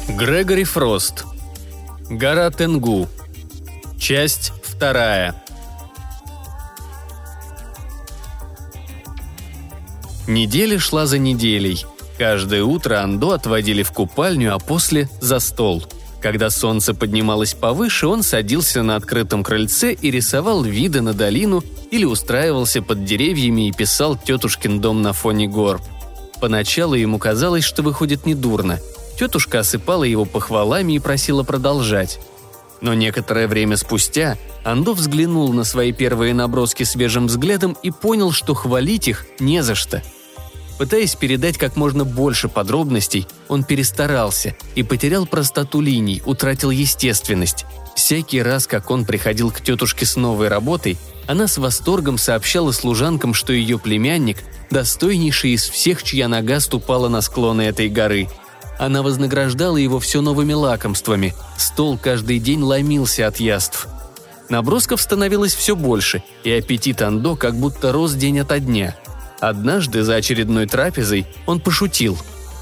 Грегори Фрост. Гора Тенгу. Часть 2. Неделя шла за неделей. Каждое утро Андо отводили в купальню, а после – за стол. Когда солнце поднималось повыше, он садился на открытом крыльце и рисовал виды на долину или устраивался под деревьями и писал тетушкин дом на фоне гор. Поначалу ему казалось, что выходит недурно. Тетушка осыпала его похвалами и просила продолжать. Но некоторое время спустя Андо взглянул на свои первые наброски свежим взглядом и понял, что хвалить их не за что. Пытаясь передать как можно больше подробностей, он перестарался и потерял простоту линий, утратил естественность. Всякий раз, как он приходил к тетушке с новой работой, она с восторгом сообщала служанкам, что ее племянник – достойнейший из всех, чья нога ступала на склоны этой горы. Она вознаграждала его все новыми лакомствами. Стол каждый день ломился от яств. Набросков становилось все больше, и аппетит Андо как будто рос день ото дня. Однажды за очередной трапезой он пошутил.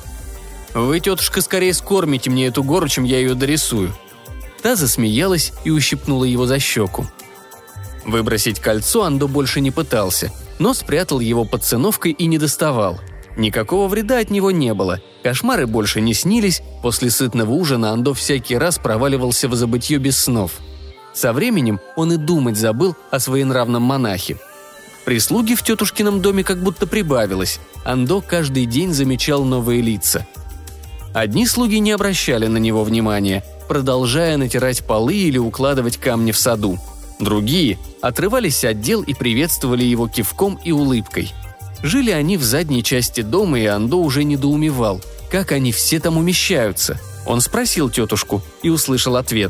«Вы, тетушка, скорее скормите мне эту гору, чем я ее дорисую». Та засмеялась и ущипнула его за щеку. Выбросить кольцо Андо больше не пытался, но спрятал его под циновкой и не доставал. Никакого вреда от него не было, кошмары больше не снились, после сытного ужина Андо всякий раз проваливался в забытье без снов. Со временем он и думать забыл о своенравном монахе. Прислуги в тетушкином доме как будто прибавилось, Андо каждый день замечал новые лица. Одни слуги не обращали на него внимания, продолжая натирать полы или укладывать камни в саду. Другие отрывались от дел и приветствовали его кивком и улыбкой. Жили они в задней части дома, и Андо уже недоумевал, как они все там умещаются. Он спросил тетушку и услышал ответ.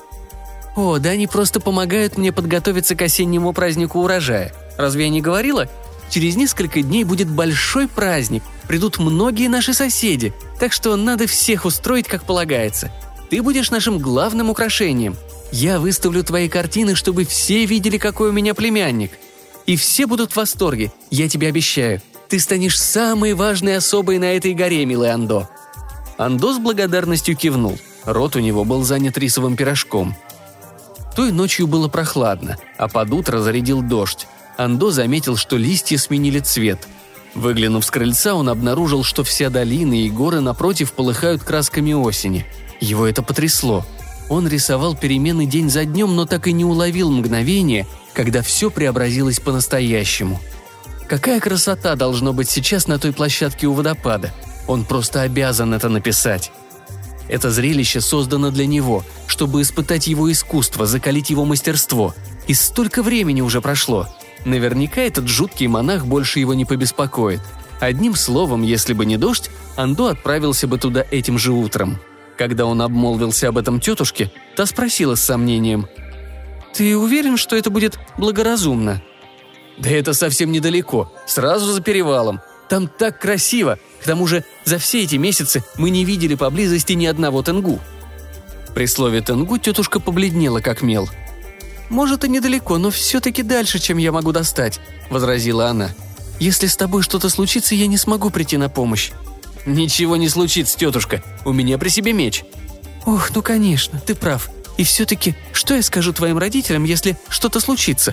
«О, да они просто помогают мне подготовиться к осеннему празднику урожая. Разве я не говорила? Через несколько дней будет большой праздник, придут многие наши соседи, так что надо всех устроить, как полагается. Ты будешь нашим главным украшением. Я выставлю твои картины, чтобы все видели, какой у меня племянник. И все будут в восторге, я тебе обещаю. Ты станешь самой важной особой на этой горе, милый Андо». Андо с благодарностью кивнул. Рот у него был занят рисовым пирожком. Той ночью было прохладно, а под утро зарядил дождь. Андо заметил, что листья сменили цвет. Выглянув с крыльца, он обнаружил, что вся долина и горы напротив полыхают красками осени. Его это потрясло. Он рисовал перемены день за днем, но так и не уловил мгновение, когда все преобразилось по-настоящему. Какая красота должно быть сейчас на той площадке у водопада. Он просто обязан это написать. Это зрелище создано для него, чтобы испытать его искусство, закалить его мастерство. И столько времени уже прошло. Наверняка этот жуткий монах больше его не побеспокоит. Одним словом, если бы не дождь, Андо отправился бы туда этим же утром. Когда он обмолвился об этом тетушке, та спросила с сомнением. «Ты уверен, что это будет благоразумно?» «Да это совсем недалеко, сразу за перевалом. Там так красиво, к тому же за все эти месяцы мы не видели поблизости ни одного тенгу». При слове «тенгу» тетушка побледнела, как мел. «Может, и недалеко, но все-таки дальше, чем я могу достать», — возразила она. «Если с тобой что-то случится, я не смогу прийти на помощь». «Ничего не случится, тетушка, у меня при себе меч». «Ох, ну конечно, ты прав. И все-таки, что я скажу твоим родителям, если что-то случится?»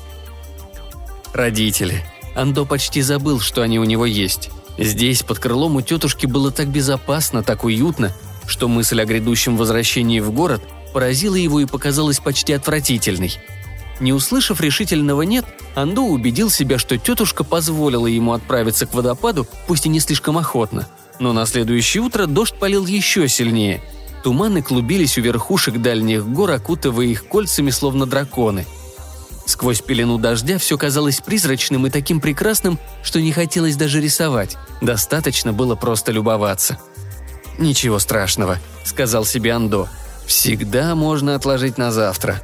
Родители. Андо почти забыл, что они у него есть. Здесь, под крылом у тетушки, было так безопасно, так уютно, что мысль о грядущем возвращении в город поразила его и показалась почти отвратительной. Не услышав решительного «нет», Андо убедил себя, что тетушка позволила ему отправиться к водопаду, пусть и не слишком охотно. Но на следующее утро дождь полил еще сильнее. Туманы клубились у верхушек дальних гор, окутывая их кольцами, словно драконы. Сквозь пелену дождя все казалось призрачным и таким прекрасным, что не хотелось даже рисовать. Достаточно было просто любоваться. «Ничего страшного», — сказал себе Андо. «Всегда можно отложить на завтра».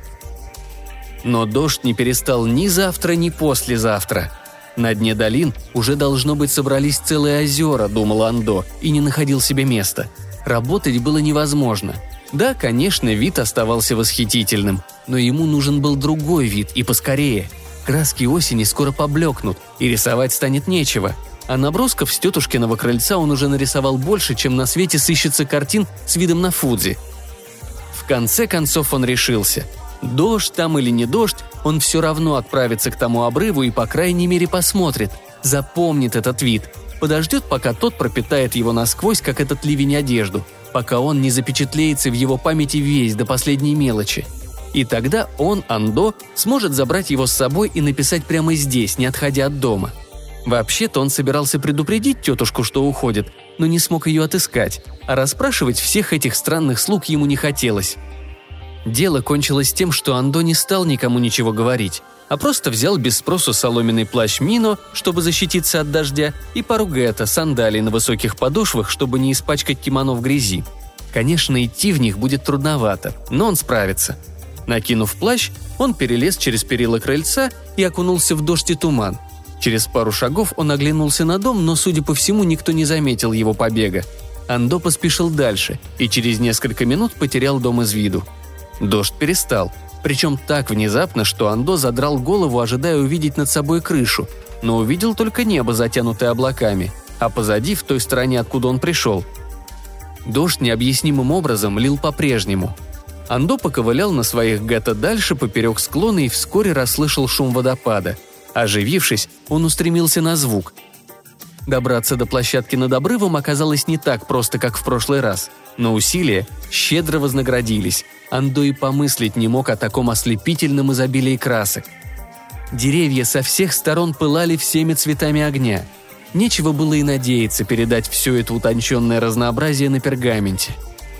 Но дождь не перестал ни завтра, ни послезавтра. На дне долин уже, должно быть, собрались целые озера, думал Андо, и не находил себе места. Работать было невозможно. Да, конечно, вид оставался восхитительным, но ему нужен был другой вид и поскорее. Краски осени скоро поблекнут, и рисовать станет нечего. а набросков с тетушкиного крыльца он уже нарисовал больше, чем на свете сыщется картин с видом на Фудзи. В конце концов он решился. Дождь там или не дождь, он все равно отправится к тому обрыву и, по крайней мере, посмотрит, запомнит этот вид, подождет, пока тот пропитает его насквозь, как этот ливень одежду, пока он не запечатлеется в его памяти весь до последней мелочи. И тогда он, Андо, сможет забрать его с собой и написать прямо здесь, не отходя от дома. Вообще-то он собирался предупредить тетушку, что уходит, но не смог ее отыскать, а расспрашивать всех этих странных слуг ему не хотелось. Дело кончилось тем, что Андо не стал никому ничего говорить, а просто взял без спросу соломенный плащ Мино, чтобы защититься от дождя, и пару гетто, сандалий на высоких подошвах, чтобы не испачкать кимоно в грязи. Конечно, идти в них будет трудновато, но он справится. Накинув плащ, он перелез через перила крыльца и окунулся в дождь и туман. Через пару шагов он оглянулся на дом, но, судя по всему, никто не заметил его побега. Андо поспешил дальше и через несколько минут потерял дом из виду. Дождь перестал, причем так внезапно, что Андо задрал голову, ожидая увидеть над собой крышу, но увидел только небо, затянутое облаками, а позади, в той стороне, откуда он пришел. Дождь необъяснимым образом лил по-прежнему. Андо поковылял на своих гетто дальше поперек склона и вскоре расслышал шум водопада. Оживившись, он устремился на звук. Добраться до площадки над обрывом оказалось не так просто, как в прошлый раз, но усилия щедро вознаградились. Андо и помыслить не мог о таком ослепительном изобилии красок. Деревья со всех сторон пылали всеми цветами огня. Нечего было и надеяться передать все это утонченное разнообразие на пергаменте.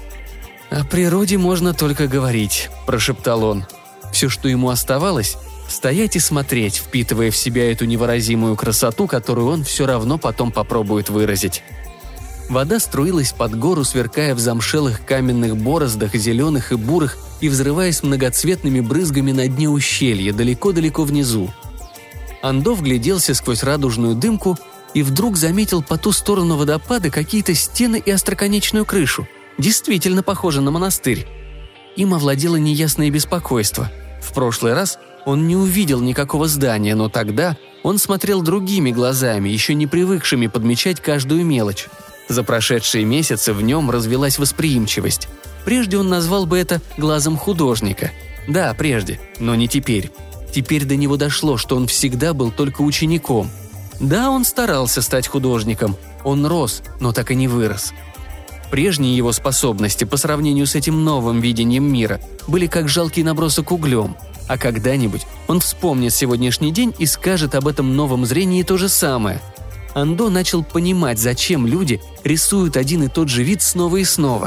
«О природе можно только говорить», – прошептал он. Все, что ему оставалось – стоять и смотреть, впитывая в себя эту невыразимую красоту, которую он все равно потом попробует выразить. Вода струилась под гору, сверкая в замшелых каменных бороздах, зеленых и бурых, и взрываясь многоцветными брызгами на дне ущелья, далеко-далеко внизу. Андо вгляделся сквозь радужную дымку и вдруг заметил по ту сторону водопада какие-то стены и остроконечную крышу. Действительно похоже на монастырь. Им овладело неясное беспокойство. В прошлый раз он не увидел никакого здания, но тогда он смотрел другими глазами, еще не привыкшими подмечать каждую мелочь. За прошедшие месяцы в нем развилась восприимчивость. Прежде он назвал бы это глазом художника. Да, прежде, но не теперь. Теперь до него дошло, что он всегда был только учеником. Да, он старался стать художником. Он рос, но так и не вырос. Прежние его способности по сравнению с этим новым видением мира были как жалкий набросок углем. А когда-нибудь он вспомнит сегодняшний день и скажет об этом новом зрении то же самое. Андо начал понимать, зачем люди рисуют один и тот же вид снова и снова.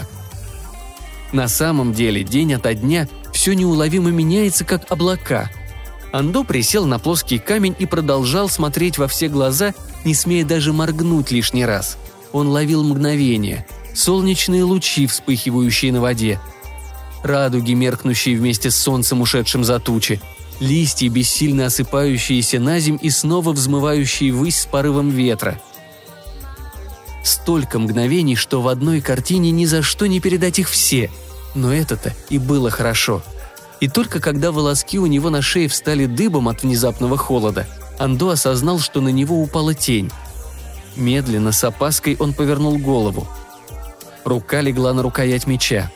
На самом деле, день ото дня все неуловимо меняется, как облака. Андо присел на плоский камень и продолжал смотреть во все глаза, не смея даже моргнуть лишний раз. Он ловил мгновения, солнечные лучи, вспыхивающие на воде, радуги, меркнущие вместе с солнцем, ушедшим за тучи, листья, бессильно осыпающиеся на земь и снова взмывающие ввысь с порывом ветра. Столько мгновений, что в одной картине ни за что не передать их все, но это-то и было хорошо. И только когда волоски у него на шее встали дыбом от внезапного холода, Андо осознал, что на него упала тень. Медленно, с опаской, он повернул голову. Рука легла на рукоять меча.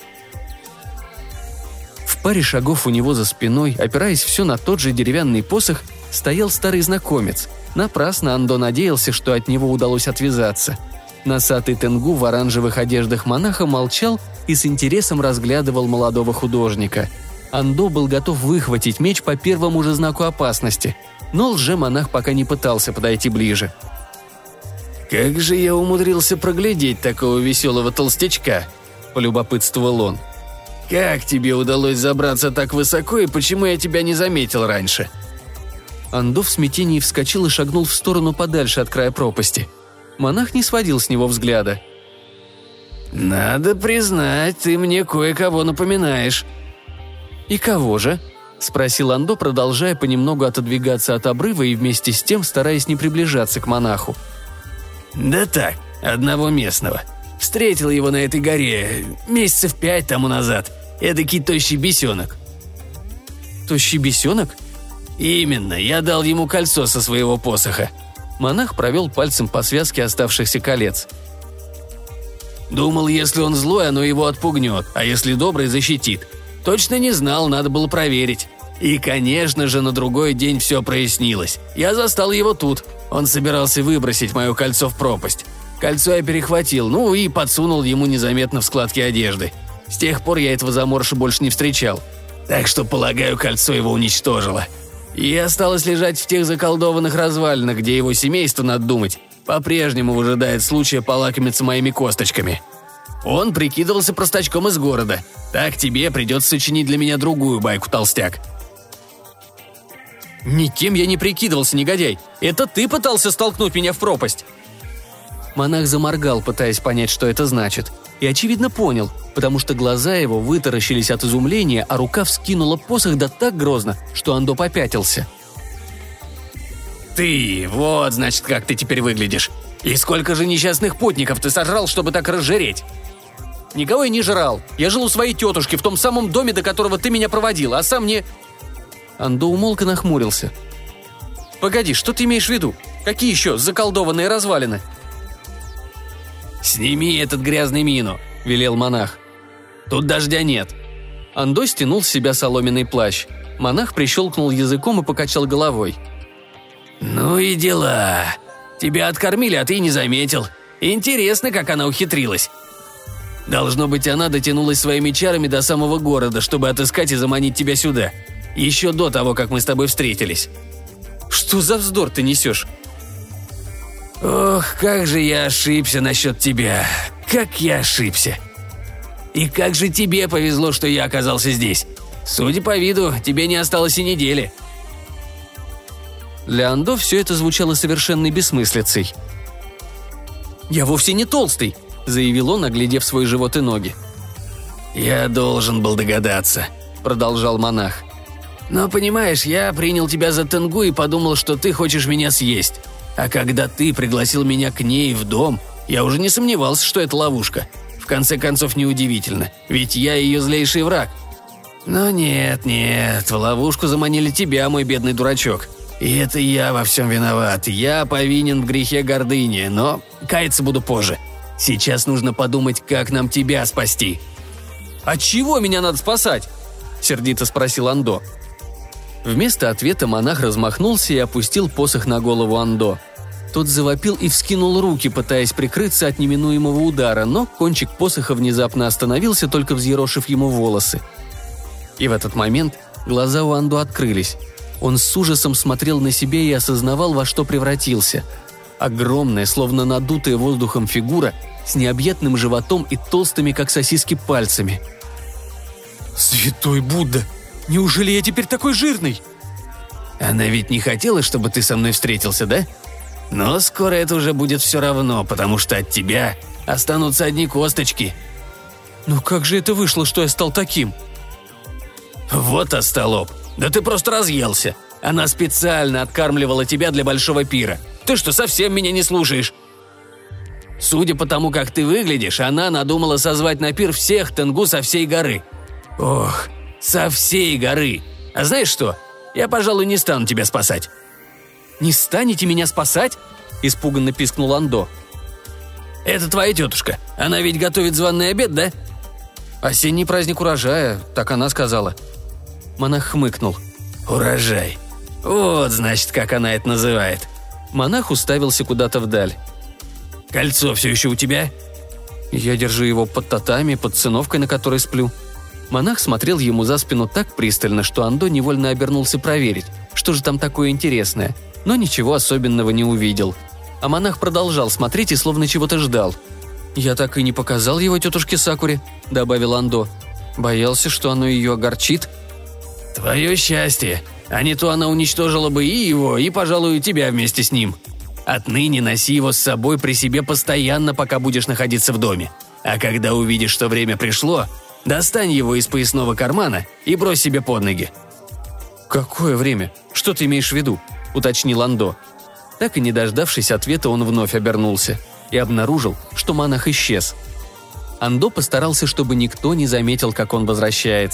В паре шагов у него за спиной, опираясь все на тот же деревянный посох, стоял старый знакомец. Напрасно Андо надеялся, что от него удалось отвязаться. Носатый Тенгу в оранжевых одеждах монаха молчал и с интересом разглядывал молодого художника. Андо был готов выхватить меч по первому же знаку опасности, но лже-монах пока не пытался подойти ближе. «Как же я умудрился проглядеть такого веселого толстячка?» – полюбопытствовал он. «Как тебе удалось забраться так высоко, и почему я тебя не заметил раньше?» Андо в смятении вскочил и шагнул в сторону подальше от края пропасти. Монах не сводил с него взгляда. «Надо признать, ты мне кое-кого напоминаешь». «И кого же?» – спросил Андо, продолжая понемногу отодвигаться от обрыва и вместе с тем стараясь не приближаться к монаху. «Да так, одного местного. Встретил его на этой горе месяцев 5 тому назад. Эдакий тощий бесенок». «Тощий бесенок?» «Именно, я дал ему кольцо со своего посоха». Монах провел пальцем по связке оставшихся колец. «Думал, если он злой, оно его отпугнет, а если добрый, защитит. Точно не знал, надо было проверить. И, конечно же, на другой день все прояснилось. Я застал его тут. Он собирался выбросить мое кольцо в пропасть. Кольцо я перехватил, и подсунул ему незаметно в складки одежды. С тех пор я этого заморыша больше не встречал. Так что, полагаю, кольцо его уничтожило. И осталось лежать в тех заколдованных развалинах, где его семейство, надо думать, по-прежнему выжидает случая полакомиться моими косточками. Он прикидывался простачком из города. Так тебе придется сочинить для меня другую байку, толстяк». «Никем я не прикидывался, негодяй. Это ты пытался столкнуть меня в пропасть». Монах заморгал, пытаясь понять, что это значит. И, очевидно, понял, потому что глаза его вытаращились от изумления, а рука вскинула посох да так грозно, что Андо попятился. «Ты, вот, значит, как ты теперь выглядишь. И сколько же несчастных путников ты сожрал, чтобы так разжиреть?» «Никого я не жрал. Я жил у своей тетушки в том самом доме, до которого ты меня проводил, а сам не...» Андо умолк и нахмурился. «Погоди, что ты имеешь в виду? Какие еще заколдованные развалины?» «Сними этот грязный мину», — велел монах. «Тут дождя нет». Андо стянул с себя соломенный плащ. Монах прищелкнул языком и покачал головой. «Ну и дела. Тебя откормили, а ты не заметил. Интересно, как она ухитрилась. Должно быть, она дотянулась своими чарами до самого города, чтобы отыскать и заманить тебя сюда. Еще до того, как мы с тобой встретились». «Что за вздор ты несешь?» «Ох, как же я ошибся насчет тебя. Как я ошибся. И как же тебе повезло, что я оказался здесь. Судя по виду, тебе не осталось и недели». Для Андо все это звучало совершенной бессмыслицей. «Я вовсе не толстый», — заявил он, оглядев свой живот и ноги. «Я должен был догадаться», — продолжал монах. «Но, понимаешь, я принял тебя за Тенгу и подумал, что ты хочешь меня съесть. А когда ты пригласил меня к ней в дом, я уже не сомневался, что это ловушка. В конце концов, неудивительно, ведь я ее злейший враг. Но нет, в ловушку заманили тебя, мой бедный дурачок. И это я во всем виноват. Я повинен в грехе гордыни, но каяться буду позже. Сейчас нужно подумать, как нам тебя спасти». «От чего меня надо спасать?» – сердито спросил Андо. Вместо ответа монах размахнулся и опустил посох на голову Андо. Тот завопил и вскинул руки, пытаясь прикрыться от неминуемого удара, но кончик посоха внезапно остановился, только взъерошив ему волосы. И в этот момент глаза у Андо открылись. Он с ужасом смотрел на себя и осознавал, во что превратился. Огромная, словно надутая воздухом фигура, с необъятным животом и толстыми, как сосиски, пальцами. «Святой Будда! Неужели я теперь такой жирный?» «Она ведь не хотела, чтобы ты со мной встретился, да? Но скоро это уже будет все равно, потому что от тебя останутся одни косточки». «Ну как же это вышло, что я стал таким?» «Вот остолоп! Да ты просто разъелся! Она специально откармливала тебя для большого пира. Ты что, совсем меня не слушаешь?» «Судя по тому, как ты выглядишь, она надумала созвать на пир всех Тенгу со всей горы. Ох, со всей горы! А знаешь что? Я, пожалуй, не стану тебя спасать». «Не станете меня спасать?» – испуганно пискнул Андо. «Это твоя тетушка. Она ведь готовит званый обед, да?» «Осенний праздник урожая», – так она сказала. Монах хмыкнул. «Урожай. Вот, значит, как она это называет». Монах уставился куда-то вдаль. «Кольцо все еще у тебя?» «Я держу его под татами, под циновкой, на которой сплю». Монах смотрел ему за спину так пристально, что Андо невольно обернулся проверить, что же там такое интересное, но ничего особенного не увидел. А монах продолжал смотреть и словно чего-то ждал. «Я так и не показал его тетушке Сакуре», — добавил Андо. «Боялся, что оно ее огорчит». «Твое счастье. А не то она уничтожила бы и его, и, пожалуй, и тебя вместе с ним. Отныне носи его с собой при себе постоянно, пока будешь находиться в доме. А когда увидишь, что время пришло, достань его из поясного кармана и брось себе под ноги». «Какое время? Что ты имеешь в виду?» – уточнил Андо. Так и не дождавшись ответа, он вновь обернулся и обнаружил, что монах исчез. Андо постарался, чтобы никто не заметил, как он возвращается.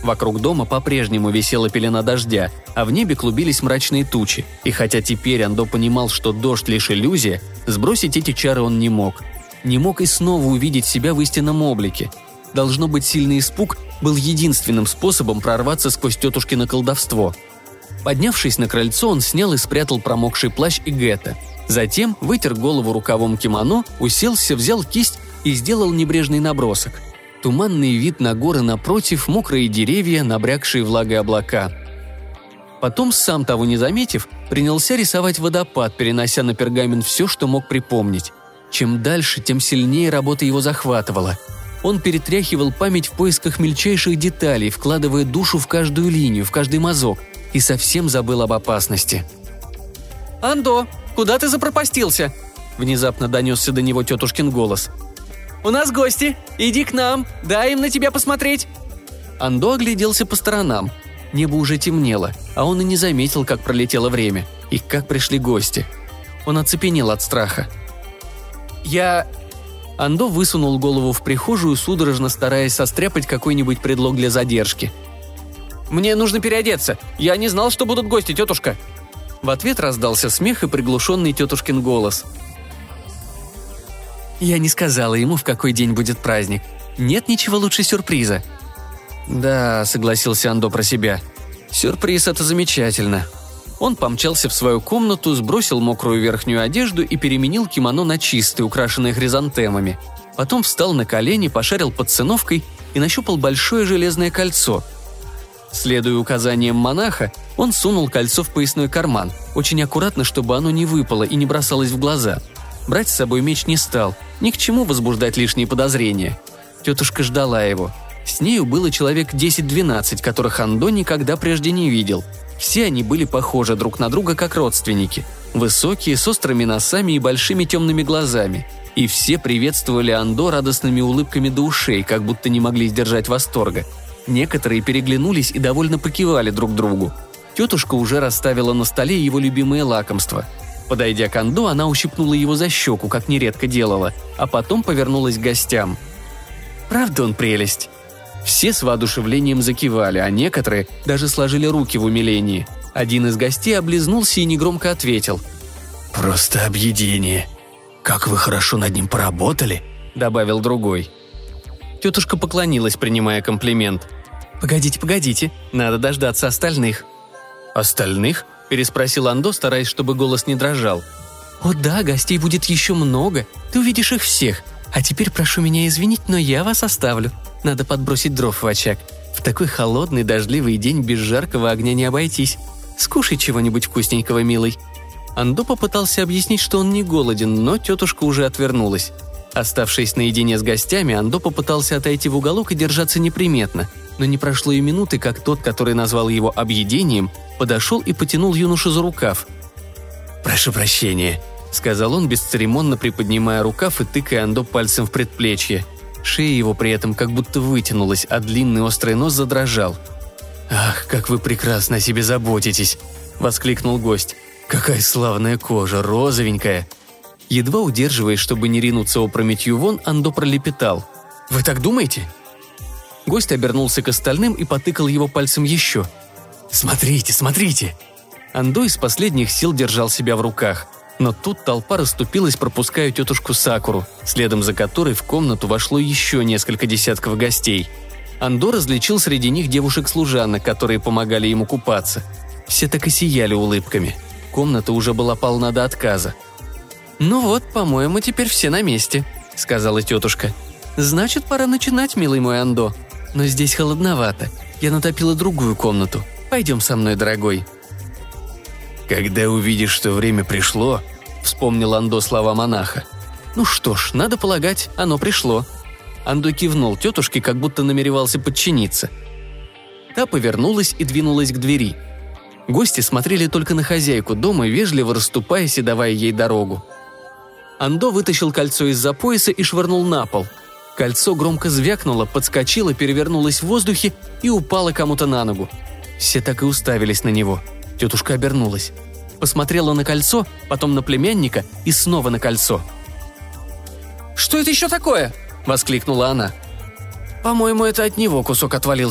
Вокруг дома по-прежнему висела пелена дождя, а в небе клубились мрачные тучи. И хотя теперь Андо понимал, что дождь лишь иллюзия, сбросить эти чары он не мог. Не мог и снова увидеть себя в истинном облике. Должно быть, сильный испуг был единственным способом прорваться сквозь тетушкино колдовство. Поднявшись на крыльцо, он снял и спрятал промокший плащ и гетто. Затем вытер голову рукавом кимоно, уселся, взял кисть и сделал небрежный набросок. Туманный вид на горы напротив, мокрые деревья, набрякшие влагой облака. Потом, сам того не заметив, принялся рисовать водопад, перенося на пергамент все, что мог припомнить. Чем дальше, тем сильнее работа его захватывала. Он перетряхивал память в поисках мельчайших деталей, вкладывая душу в каждую линию, в каждый мазок, и совсем забыл об опасности. «Андо, куда ты запропастился?» Внезапно донесся до него тетушкин голос. «У нас гости! Иди к нам! Дай им на тебя посмотреть!» Андо огляделся по сторонам. Небо уже темнело, а он и не заметил, как пролетело время, и как пришли гости. Он оцепенел от страха. Андо высунул голову в прихожую, судорожно стараясь состряпать какой-нибудь предлог для задержки. «Мне нужно переодеться! Я не знал, что будут гости, тетушка!» В ответ раздался смех и приглушенный тетушкин голос. «Я не сказала ему, в какой день будет праздник. Нет ничего лучше сюрприза». «Да», — согласился Андо про себя. «Сюрприз — это замечательно». Он помчался в свою комнату, сбросил мокрую верхнюю одежду и переменил кимоно на чистое, украшенное хризантемами. Потом встал на колени, пошарил под циновкой и нащупал большое железное кольцо. Следуя указаниям монаха, он сунул кольцо в поясной карман, очень аккуратно, чтобы оно не выпало и не бросалось в глаза. Брать с собой меч не стал, ни к чему возбуждать лишние подозрения. Тетушка ждала его. С нею было человек 10-12, которых Андо никогда прежде не видел. Все они были похожи друг на друга как родственники. Высокие, с острыми носами и большими темными глазами. И все приветствовали Андо радостными улыбками до ушей, как будто не могли сдержать восторга. Некоторые переглянулись и довольно покивали друг другу. Тетушка уже расставила на столе его любимые лакомства. Подойдя к Андо, она ущипнула его за щеку, как нередко делала, а потом повернулась к гостям. «Правда он прелесть?» Все с воодушевлением закивали, а некоторые даже сложили руки в умилении. Один из гостей облизнулся и негромко ответил. «Просто объедение. Как вы хорошо над ним поработали», — добавил другой. Тетушка поклонилась, принимая комплимент. «Погодите, надо дождаться остальных». «Остальных?» – переспросил Андо, стараясь, чтобы голос не дрожал. «О да, гостей будет еще много, ты увидишь их всех. А теперь прошу меня извинить, но я вас оставлю. Надо подбросить дров в очаг. В такой холодный, дождливый день без жаркого огня не обойтись. Скушай чего-нибудь вкусненького, милый». Андо попытался объяснить, что он не голоден, но тетушка уже отвернулась. Оставшись наедине с гостями, Андо попытался отойти в уголок и держаться неприметно, но не прошло и минуты, как тот, который назвал его объедением, подошел и потянул юношу за рукав. «Прошу прощения», — сказал он, бесцеремонно приподнимая рукав и тыкая Андо пальцем в предплечье. Шея его при этом как будто вытянулась, а длинный острый нос задрожал. «Ах, как вы прекрасно о себе заботитесь!» — воскликнул гость. «Какая славная кожа, розовенькая!» Едва удерживаясь, чтобы не ринуться опрометью вон, Андо пролепетал. «Вы так думаете?» Гость обернулся к остальным и потыкал его пальцем еще. «Смотрите, смотрите!» Андо из последних сил держал себя в руках. Но тут толпа расступилась, пропуская тетушку Сакуру, следом за которой в комнату вошло еще несколько десятков гостей. Андо различил среди них девушек-служанок, которые помогали ему купаться. Все так и сияли улыбками. Комната уже была полна до отказа. «Ну вот, по-моему, теперь все на месте», — сказала тетушка. «Значит, пора начинать, милый мой Андо. Но здесь холодновато. Я натопила другую комнату. Пойдем со мной, дорогой». «Когда увидишь, что время пришло», — вспомнил Андо слова монаха. «Ну что ж, надо полагать, оно пришло». Андо кивнул тетушке, как будто намеревался подчиниться. Та повернулась и двинулась к двери. Гости смотрели только на хозяйку дома, вежливо расступаясь и давая ей дорогу. Андо вытащил кольцо из-за пояса и швырнул на пол. Кольцо громко звякнуло, подскочило, перевернулось в воздухе и упало кому-то на ногу. Все так и уставились на него. Тетушка обернулась. Посмотрела на кольцо, потом на племянника и снова на кольцо. «Что это еще такое?» – воскликнула она. «По-моему, это от него кусок отвалился», –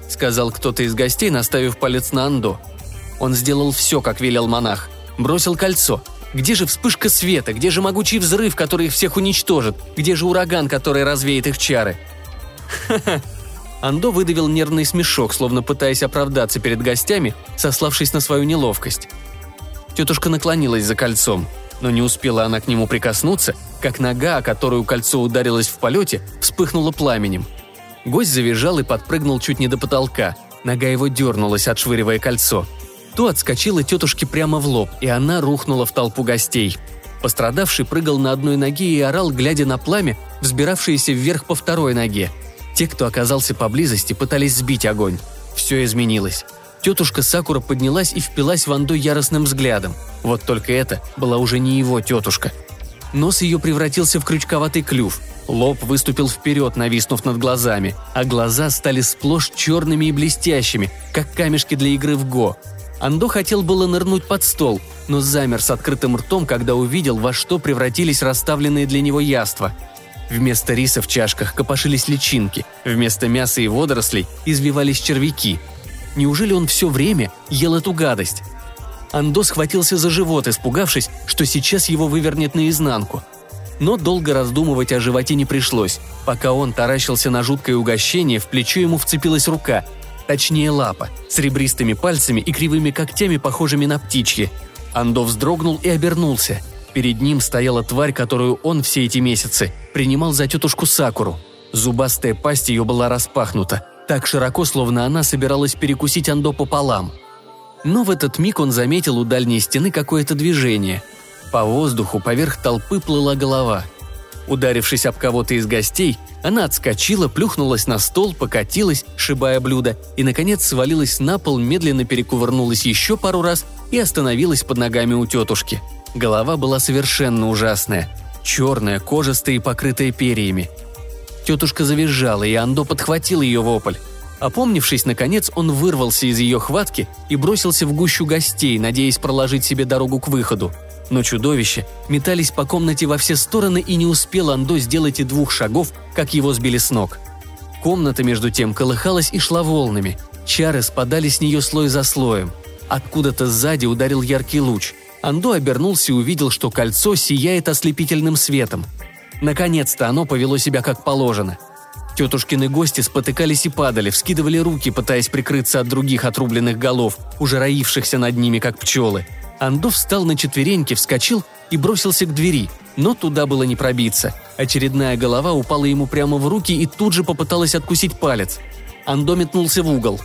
– сказал кто-то из гостей, наставив палец на Андо. Он сделал все, как велел монах. Бросил кольцо. Где же вспышка света? Где же могучий взрыв, который их всех уничтожит? Где же ураган, который развеет их чары? Ха-ха. Андо выдавил нервный смешок, словно пытаясь оправдаться перед гостями, сославшись на свою неловкость. Тетушка наклонилась за кольцом, но не успела она к нему прикоснуться, как нога, о которую кольцо ударилось в полете, вспыхнула пламенем. Гость завизжал и подпрыгнул чуть не до потолка. Нога его дернулась, отшвыривая кольцо. То отскочило тетушке прямо в лоб, и она рухнула в толпу гостей. Пострадавший прыгал на одной ноге и орал, глядя на пламя, взбиравшееся вверх по второй ноге. Те, кто оказался поблизости, пытались сбить огонь. Все изменилось. Тетушка Сакура поднялась и впилась в Андо яростным взглядом. Вот только это была уже не его тетушка. Нос ее превратился в крючковатый клюв. Лоб выступил вперед, нависнув над глазами, а глаза стали сплошь черными и блестящими, как камешки для игры в го. Андо хотел было нырнуть под стол, но замер с открытым ртом, когда увидел, во что превратились расставленные для него яства. Вместо риса в чашках копошились личинки, вместо мяса и водорослей извивались червяки. Неужели он все время ел эту гадость? Андо схватился за живот, испугавшись, что сейчас его вывернет наизнанку. Но долго раздумывать о животе не пришлось. Пока он таращился на жуткое угощение, в плечо ему вцепилась рука, точнее лапа, с ребристыми пальцами и кривыми когтями, похожими на птичьи. Андо вздрогнул и обернулся. Перед ним стояла тварь, которую он все эти месяцы принимал за тетушку Сакуру. Зубастая пасть ее была распахнута, так широко, словно она собиралась перекусить Андо пополам. Но в этот миг он заметил у дальней стены какое-то движение. По воздуху поверх толпы плыла голова. Ударившись об кого-то из гостей, она отскочила, плюхнулась на стол, покатилась, шибая блюдо, и, наконец, свалилась на пол, медленно перекувырнулась еще пару раз и остановилась под ногами у тетушки. Голова была совершенно ужасная. Черная, кожистая и покрытая перьями. Тетушка завизжала, и Андо подхватил ее вопль. Опомнившись, наконец, он вырвался из ее хватки и бросился в гущу гостей, надеясь проложить себе дорогу к выходу. Но чудовища метались по комнате во все стороны, и не успел Андо сделать и 2 шагов, как его сбили с ног. Комната, между тем, колыхалась и шла волнами. Чары спадали с нее слой за слоем. Откуда-то сзади ударил яркий луч. Андо обернулся и увидел, что кольцо сияет ослепительным светом. Наконец-то оно повело себя как положено. Тетушкины гости спотыкались и падали, вскидывали руки, пытаясь прикрыться от других отрубленных голов, уже роившихся над ними, как пчелы. Андо встал на четвереньки, вскочил и бросился к двери, но туда было не пробиться. Очередная голова упала ему прямо в руки и тут же попыталась откусить палец. Андо метнулся в угол.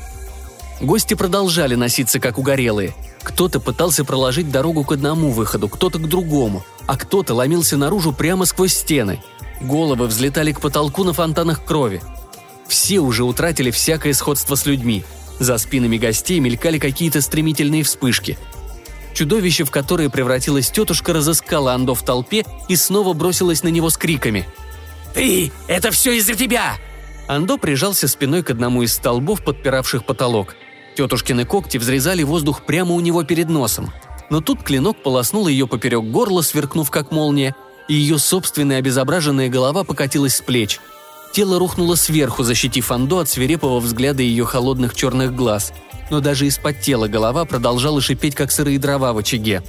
Гости продолжали носиться, как угорелые. Кто-то пытался проложить дорогу к одному выходу, кто-то к другому, а кто-то ломился наружу прямо сквозь стены. Головы взлетали к потолку на фонтанах крови. Все уже утратили всякое сходство с людьми. За спинами гостей мелькали какие-то стремительные вспышки. Чудовище, в которое превратилась тетушка, разыскало Андо в толпе и снова бросилось на него с криками. «Ты! Это все из-за тебя!» Андо прижался спиной к одному из столбов, подпиравших потолок. Тетушкины когти взрезали воздух прямо у него перед носом. Но тут клинок полоснул ее поперек горла, сверкнув как молния, и ее собственная обезображенная голова покатилась с плеч. Тело рухнуло сверху, защитив Андо от свирепого взгляда ее холодных черных глаз. Но даже из-под тела голова продолжала шипеть, как сырые дрова в очаге.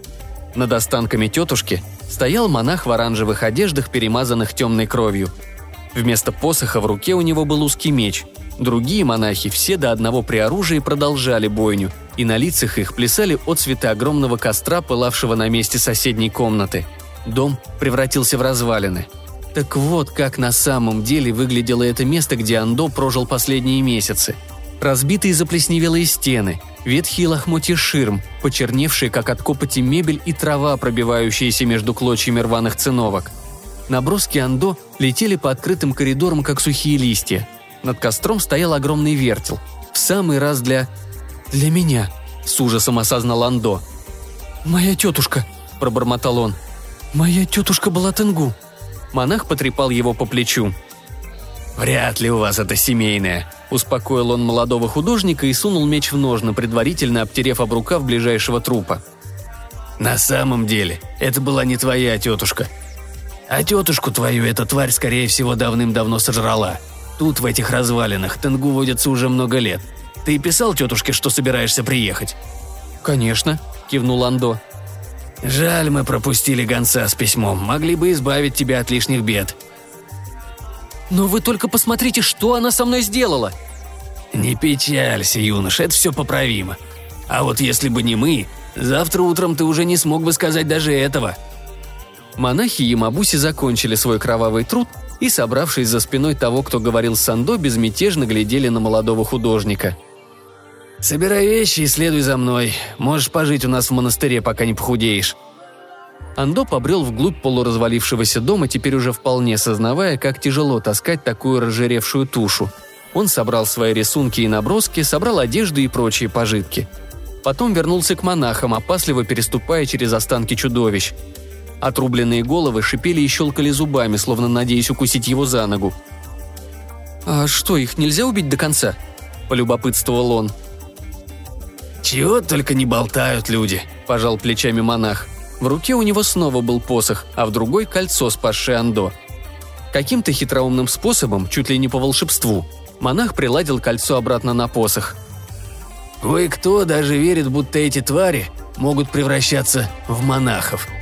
Над останками тетушки стоял монах в оранжевых одеждах, перемазанных темной кровью. Вместо посоха в руке у него был узкий меч. Другие монахи, все до одного при оружии, продолжали бойню, и на лицах их плясали отцветы огромного костра, пылавшего на месте соседней комнаты. Дом превратился в развалины. Так вот, как на самом деле выглядело это место, где Андо прожил последние месяцы. Разбитые заплесневелые стены, ветхие лохмотья ширм, почерневшие, как от копоти, мебель и трава, пробивающиеся между клочьями рваных циновок. Наброски Андо летели по открытым коридорам, как сухие листья. Над костром стоял огромный вертел. В самый раз для меня, с ужасом осознал Андо. «Моя тетушка», – пробормотал он. «Моя тетушка была Тенгу». Монах потрепал его по плечу. «Вряд ли у вас это семейное», – успокоил он молодого художника и сунул меч в ножны, предварительно обтерев об рукав ближайшего трупа. «На самом деле, это была не твоя тетушка. А тетушку твою эта тварь, скорее всего, давным-давно сожрала. Тут, в этих развалинах, тэнгу водятся уже много лет. Ты писал тетушке, что собираешься приехать?» «Конечно», – кивнул Андо. «Жаль, мы пропустили гонца с письмом. Могли бы избавить тебя от лишних бед». «Но вы только посмотрите, что она со мной сделала!» «Не печалься, юноша, это все поправимо. А вот если бы не мы, завтра утром ты уже не смог бы сказать даже этого». Монахи Ямабуси закончили свой кровавый труд и, собравшись за спиной того, кто говорил с Андо, безмятежно глядели на молодого художника. «Собирай вещи и следуй за мной. Можешь пожить у нас в монастыре, пока не похудеешь». Андо побрел вглубь полуразвалившегося дома, теперь уже вполне сознавая, как тяжело таскать такую разжиревшую тушу. Он собрал свои рисунки и наброски, собрал одежду и прочие пожитки. Потом вернулся к монахам, опасливо переступая через останки чудовищ. Отрубленные головы шипели и щелкали зубами, словно надеясь укусить его за ногу. «А что, их нельзя убить до конца?» – полюбопытствовал он. «Чего только не болтают люди», – пожал плечами монах. В руке у него снова был посох, а в другой – кольцо, спасшее Андо. Каким-то хитроумным способом, чуть ли не по волшебству, монах приладил кольцо обратно на посох. «Кое-кто даже верит, будто эти твари могут превращаться в монахов»,